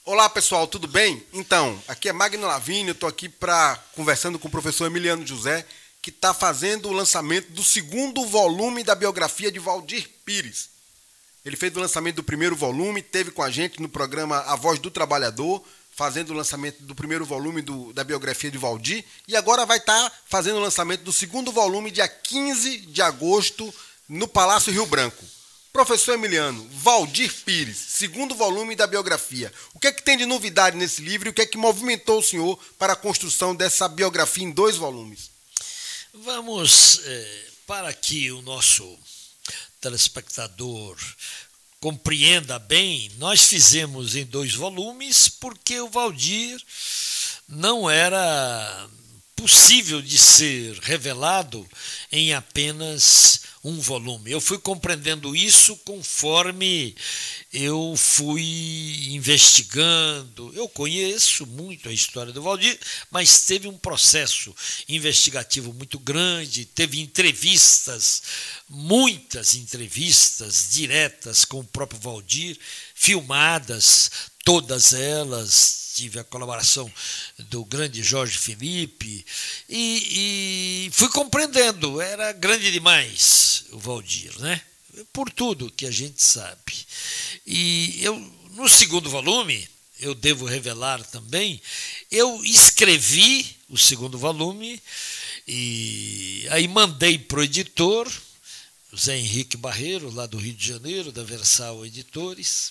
Olá pessoal, tudo bem? Então, aqui é Magno Lavínia, eu estou aqui conversando com o professor Emiliano José, que está fazendo o lançamento do segundo volume da biografia de Waldir Pires. Ele fez o lançamento do primeiro volume, esteve com a gente no programa A Voz do Trabalhador, fazendo o lançamento do primeiro volume da biografia de Waldir, e agora vai estar fazendo o lançamento do segundo volume, dia 15 de agosto, no Palácio Rio Branco. Professor Emiliano, Waldir Pires, segundo volume da biografia. O que é que tem de novidade nesse livro e o que é que movimentou o senhor para a construção dessa biografia em 2 volumes? Vamos, para que o nosso telespectador compreenda bem, nós fizemos em 2 volumes porque o Waldir não era possível de ser revelado em apenas um volume. Eu fui compreendendo isso conforme eu fui investigando. Eu conheço muito a história do Waldir, mas teve um processo investigativo muito grande, teve entrevistas, muitas entrevistas diretas com o próprio Waldir, filmadas, todas elas. Tive a colaboração do grande Jorge Felipe e fui compreendendo, era grande demais o Waldir, né? Por tudo que a gente sabe. E eu, no segundo volume, eu devo revelar também, eu escrevi o segundo volume e aí mandei para o editor, Zé Henrique Barreiro, lá do Rio de Janeiro, da Versal Editores,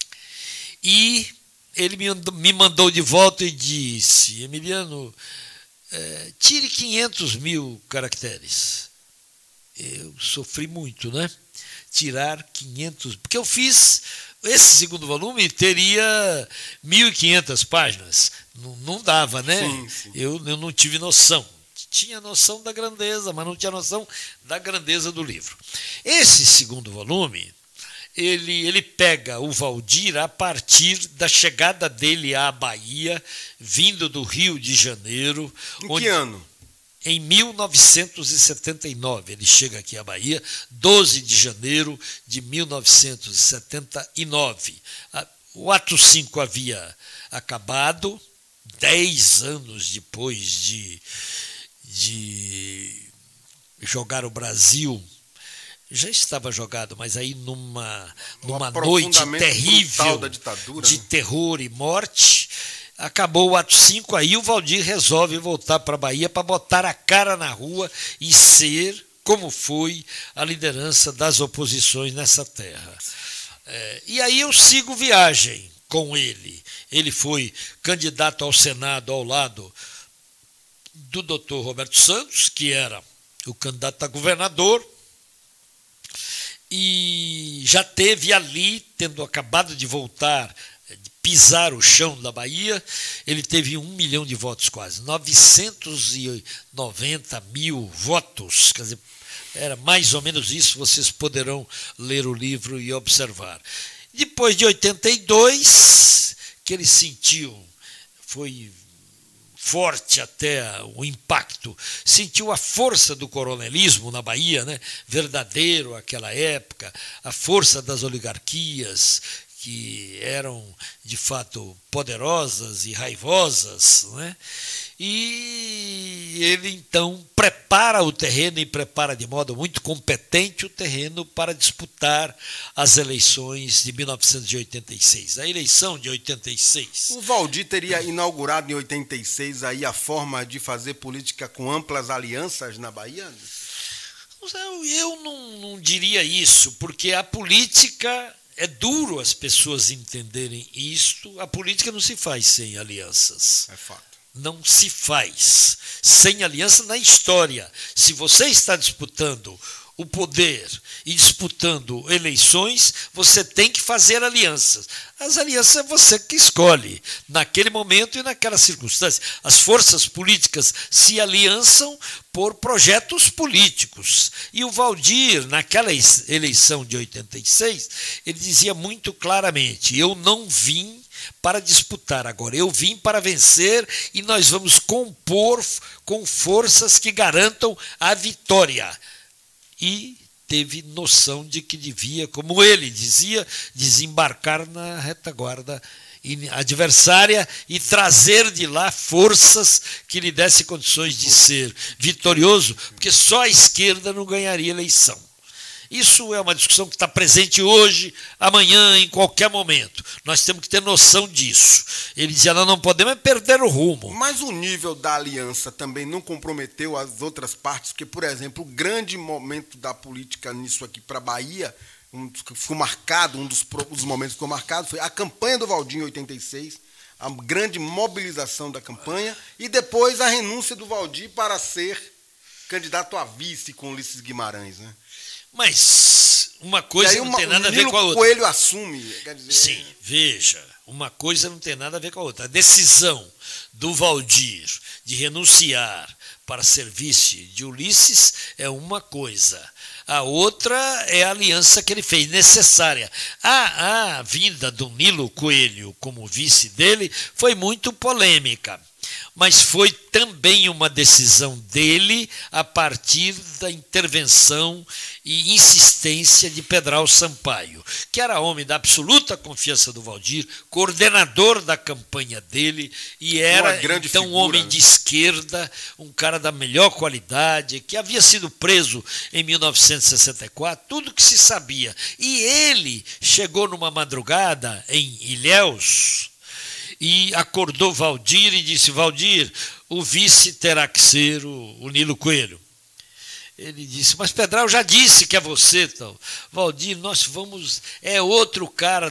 e ele me mandou de volta e disse: Emiliano, tire 500 mil caracteres. Eu sofri muito, né? Tirar 500, porque eu fiz, esse segundo volume teria 1.500 páginas, não dava, né? Sim, sim. Eu não tive noção. Tinha noção da grandeza, mas não tinha noção da grandeza do livro. Esse segundo volume, ele pega o Waldir a partir da chegada dele à Bahia, vindo do Rio de Janeiro. Em que ano? Em 1979. Ele chega aqui à Bahia, 12 de janeiro de 1979. O ato 5 havia acabado, 10 anos depois de jogar o Brasil. Já estava jogado, mas aí numa noite terrível da ditadura, de terror e morte, acabou o ato 5, aí o Waldir resolve voltar para a Bahia para botar a cara na rua e ser, como foi, a liderança das oposições nessa terra. E aí eu sigo viagem com ele. Ele foi candidato ao Senado ao lado do Dr. Roberto Santos, que era o candidato a governador, e já teve ali, tendo acabado de voltar, de pisar o chão da Bahia, ele teve 1 milhão de votos quase, 990 mil votos, quer dizer, era mais ou menos isso, vocês poderão ler o livro e observar. Depois de 82, que ele sentiu, foi forte até o impacto, sentiu a força do coronelismo na Bahia, né? Verdadeiro aquela época, a força das oligarquias, que eram de fato poderosas e raivosas, né? E ele então prepara o terreno e prepara de modo muito competente o terreno para disputar as eleições de 1986. A eleição de 86. O Waldir teria inaugurado em 86 aí a forma de fazer política com amplas alianças na Bahia? Eu não diria isso, porque a política, é duro as pessoas entenderem isto, a política não se faz sem alianças. É fato. Não se faz sem aliança na história. Se você está disputando o poder e disputando eleições, você tem que fazer alianças. As alianças é você que escolhe, naquele momento e naquela circunstância. As forças políticas se aliançam por projetos políticos. E o Waldir, naquela eleição de 86, ele dizia muito claramente: eu não vim para disputar agora, eu vim para vencer e nós vamos compor com forças que garantam a vitória. E teve noção de que devia, como ele dizia, desembarcar na retaguarda adversária e trazer de lá forças que lhe dessem condições de ser vitorioso, porque só a esquerda não ganharia eleição. Isso é uma discussão que está presente hoje, amanhã, em qualquer momento. Nós temos que ter noção disso. Ele dizia, nós não podemos perder o rumo. Mas o nível da aliança também não comprometeu as outras partes, porque, por exemplo, o grande momento da política nisso aqui para a Bahia, um dos momentos que ficou marcado, foi a campanha do Valdir em 86, a grande mobilização da campanha, e depois a renúncia do Valdir para ser candidato a vice com Ulisses Guimarães, né? Mas uma coisa não tem nada a ver com a outra. O Coelho assume, quer dizer... Sim, veja, uma coisa não tem nada a ver com a outra. A decisão do Valdir de renunciar para ser vice de Ulisses é uma coisa. A outra é a aliança que ele fez, necessária. A vinda do Nilo Coelho como vice dele foi muito polêmica. Mas foi também uma decisão dele a partir da intervenção e insistência de Pedral Sampaio, que era homem da absoluta confiança do Valdir, coordenador da campanha dele, e era então um homem de esquerda, um cara da melhor qualidade, que havia sido preso em 1964, tudo que se sabia. E ele chegou numa madrugada em Ilhéus, e acordou Valdir e disse, Valdir, o vice terá que ser o Nilo Coelho. Ele disse, mas Pedral já disse que é você. Então. Valdir, nós vamos... É outro cara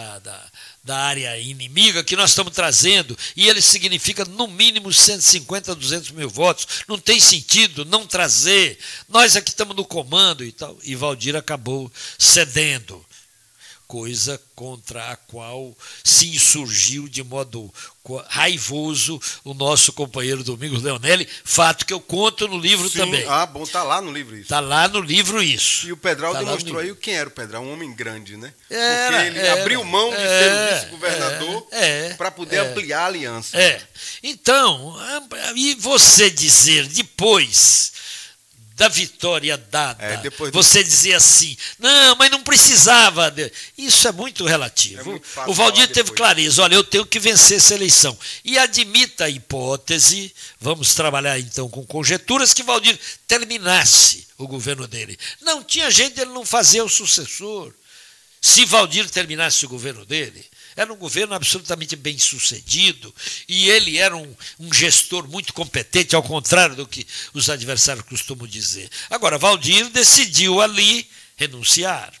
da área inimiga que nós estamos trazendo, e ele significa no mínimo 150 a 200 mil votos. Não tem sentido não trazer. Nós aqui estamos no comando e tal. E Valdir acabou cedendo. Coisa contra a qual se insurgiu de modo raivoso o nosso companheiro Domingos Leonelli, fato que eu conto no livro também. Ah, bom, está lá no livro isso. Está lá no livro isso. E o Pedral demonstrou aí quem era o Pedral, um homem grande, né? Porque ele abriu mão de ser o vice-governador para poder ampliar a aliança. Então, e você dizer depois da vitória dada, você dizer assim, não, mas não precisava. Isso é muito relativo. O Valdir teve clareza, olha, eu tenho que vencer essa eleição. E admita a hipótese, vamos trabalhar então com conjecturas, que Valdir terminasse o governo dele. Não tinha jeito de ele não fazer o sucessor. Se Valdir terminasse o governo dele, era um governo absolutamente bem sucedido e ele era um gestor muito competente, ao contrário do que os adversários costumam dizer. Agora, Valdir decidiu ali renunciar.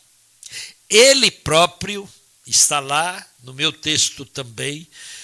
Ele próprio está lá, no meu texto também.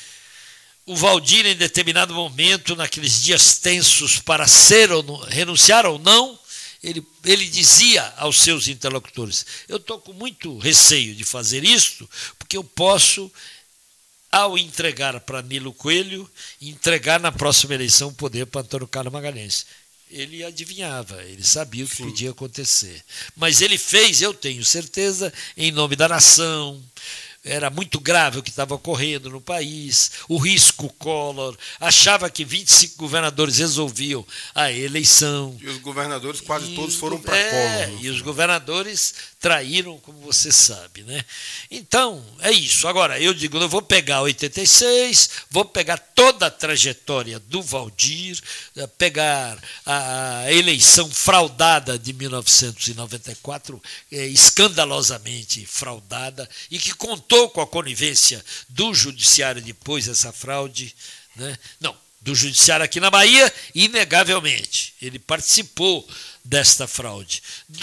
O Valdir, em determinado momento, naqueles dias tensos para renunciar ou não, ele dizia aos seus interlocutores, eu estou com muito receio de fazer isto, porque eu posso, ao entregar para Nilo Coelho, entregar na próxima eleição o poder para Antônio Carlos Magalhães. Ele adivinhava, ele sabia o que podia acontecer. Mas ele fez, eu tenho certeza, em nome da nação. Era muito grave o que estava ocorrendo no país, o risco Collor, achava que 25 governadores resolviam a eleição. E os governadores quase todos foram para Collor. E os governadores traíram, como você sabe, né? Então, é isso. Agora, eu digo, eu vou pegar 86, vou pegar toda a trajetória do Valdir, pegar a eleição fraudada de 1994, escandalosamente fraudada, e que contou com a conivência do judiciário depois dessa fraude, né? Não, do judiciário aqui na Bahia, inegavelmente. Ele participou desta fraude.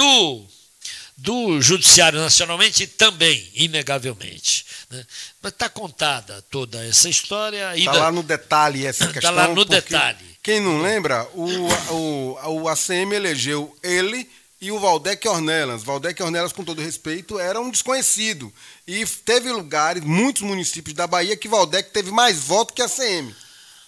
Do judiciário nacionalmente também, inegavelmente. Né? Mas está contada toda essa história. Está lá no detalhe essa questão. Está lá no detalhe. Quem não lembra, o ACM elegeu ele e o Valdec Ornelas. Valdec Ornelas, com todo respeito, era um desconhecido. E teve lugares, muitos municípios da Bahia, que Valdec teve mais votos que a ACM.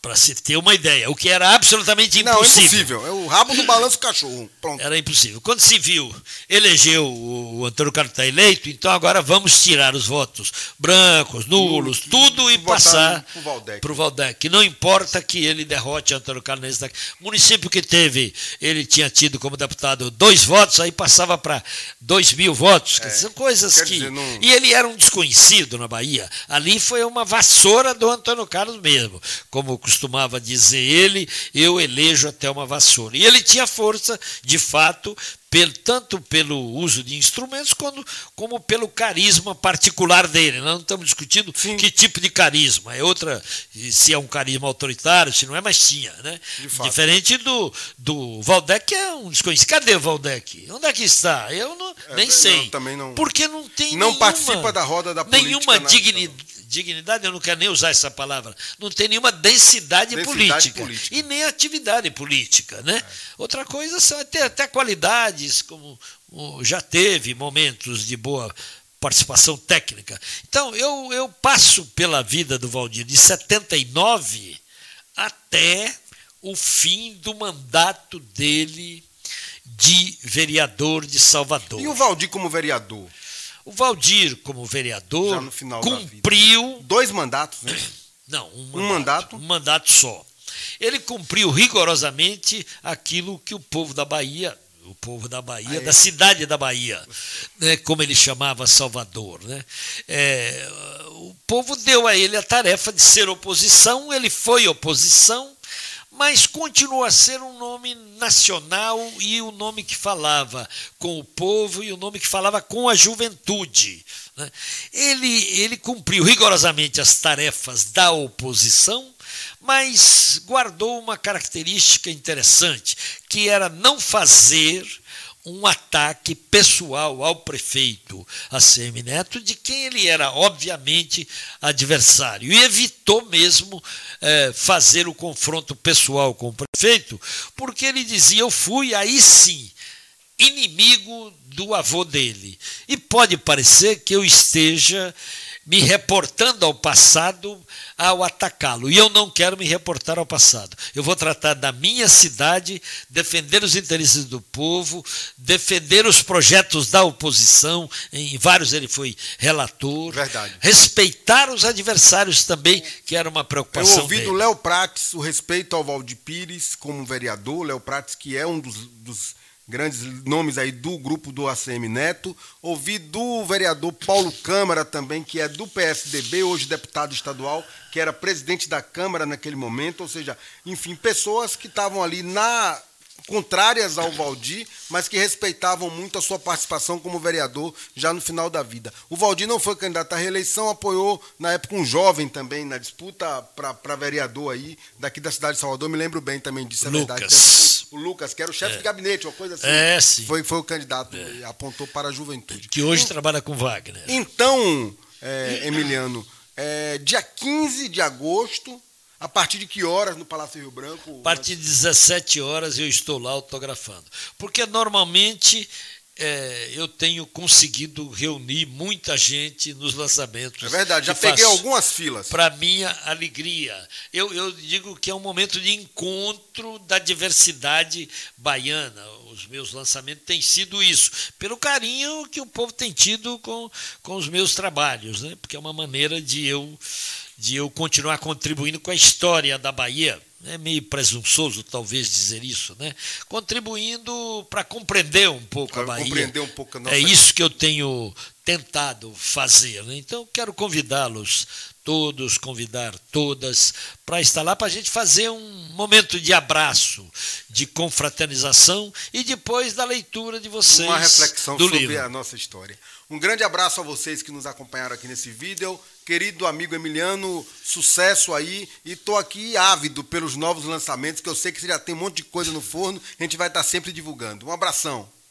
Para se ter uma ideia, o que era absolutamente Não, impossível. impossível. É o rabo do balanço cachorro. Pronto. Era impossível. Quando se viu, elegeu o Antônio Carlos está eleito, então agora vamos tirar os votos brancos, nulos, tudo e passar para o Waldeck. Não importa que ele derrote Antônio Carlos nesse daqui. Município que teve, ele tinha tido como deputado 2 votos, aí passava para 2.000 votos. São coisas que... Dizer, não... E ele era um desconhecido na Bahia. Ali foi uma vassoura do Antônio Carlos mesmo. Como costumava dizer ele, eu elejo até uma vassoura. E ele tinha força, de fato, tanto pelo uso de instrumentos como pelo carisma particular dele. Nós não estamos discutindo que tipo de carisma. É outra, se é um carisma autoritário, se não é, mas tinha. Né? Diferente do Waldeck, que é um desconhecido. Cadê o Waldeck? Onde é que está? Eu nem sei. Não, também não, porque não tem não nenhuma, participa da roda da política. Nenhuma dignidade, eu não quero nem usar essa palavra, não tem nenhuma densidade política e nem atividade política. Né? Outra coisa são até qualidades, como já teve momentos de boa participação técnica. Então, eu passo pela vida do Valdir de 79 até o fim do mandato dele de vereador de Salvador. E o Valdir como vereador? O Valdir, como vereador, cumpriu... 2 mandatos, né? Não, um mandato. Um mandato só. Ele cumpriu rigorosamente aquilo que o povo da Bahia, da cidade da Bahia, né, como ele chamava Salvador, né? O povo deu a ele a tarefa de ser oposição, ele foi oposição, mas continuou a ser um nome nacional e um nome que falava com o povo e um nome que falava com a juventude. Né? Ele cumpriu rigorosamente as tarefas da oposição, mas guardou uma característica interessante, que era não fazer um ataque pessoal ao prefeito ACM Neto, de quem ele era, obviamente, adversário. E evitou mesmo fazer o confronto pessoal com o prefeito, porque ele dizia, eu fui, aí sim, inimigo do avô dele. E pode parecer que eu esteja me reportando ao passado ao atacá-lo. E eu não quero me reportar ao passado. Eu vou tratar da minha cidade, defender os interesses do povo, defender os projetos da oposição, em vários ele foi relator. Verdade. Respeitar os adversários também, que era uma preocupação. Eu ouvi do Léo Prates o respeito ao Valdir Pires como vereador. Léo Prates, que é um dos grandes nomes aí do grupo do ACM Neto. Ouvi do vereador Paulo Câmara também, que é do PSDB, hoje deputado estadual, que era presidente da Câmara naquele momento. Ou seja, enfim, pessoas que estavam ali contrárias ao Valdir, mas que respeitavam muito a sua participação como vereador já no final da vida. O Valdir não foi candidato à reeleição, apoiou na época um jovem também na disputa para vereador aí, daqui da cidade de Salvador, me lembro bem também disso, é verdade. O Lucas, que era o chefe de gabinete, uma coisa assim. Sim. Foi o candidato, apontou para a juventude. Que hoje trabalha com Wagner. Então, Emiliano, dia 15 de agosto, a partir de que horas no Palácio Rio Branco? A partir de 17 horas eu estou lá autografando. Porque normalmente eu tenho conseguido reunir muita gente nos lançamentos. É verdade, já peguei algumas filas. Para minha alegria. Eu digo que é um momento de encontro da diversidade baiana. Os meus lançamentos têm sido isso, pelo carinho que o povo tem tido com os meus trabalhos, né? Porque é uma maneira de eu continuar contribuindo com a história da Bahia. É meio presunçoso, talvez, dizer isso, né? Contribuindo para compreender um pouco a Bahia. Compreender um pouco a nossa... É isso que eu tenho tentado fazer, né? Então, quero convidá-los todos, convidar todas, para estar lá, para a gente fazer um momento de abraço, de confraternização e depois da leitura de vocês. Uma reflexão do sobre livro. A nossa história. Um grande abraço a vocês que nos acompanharam aqui nesse vídeo. Querido amigo Emiliano, sucesso aí. E estou aqui ávido pelos novos lançamentos, que eu sei que você já tem um monte de coisa no forno. A gente vai estar sempre divulgando. Um abração.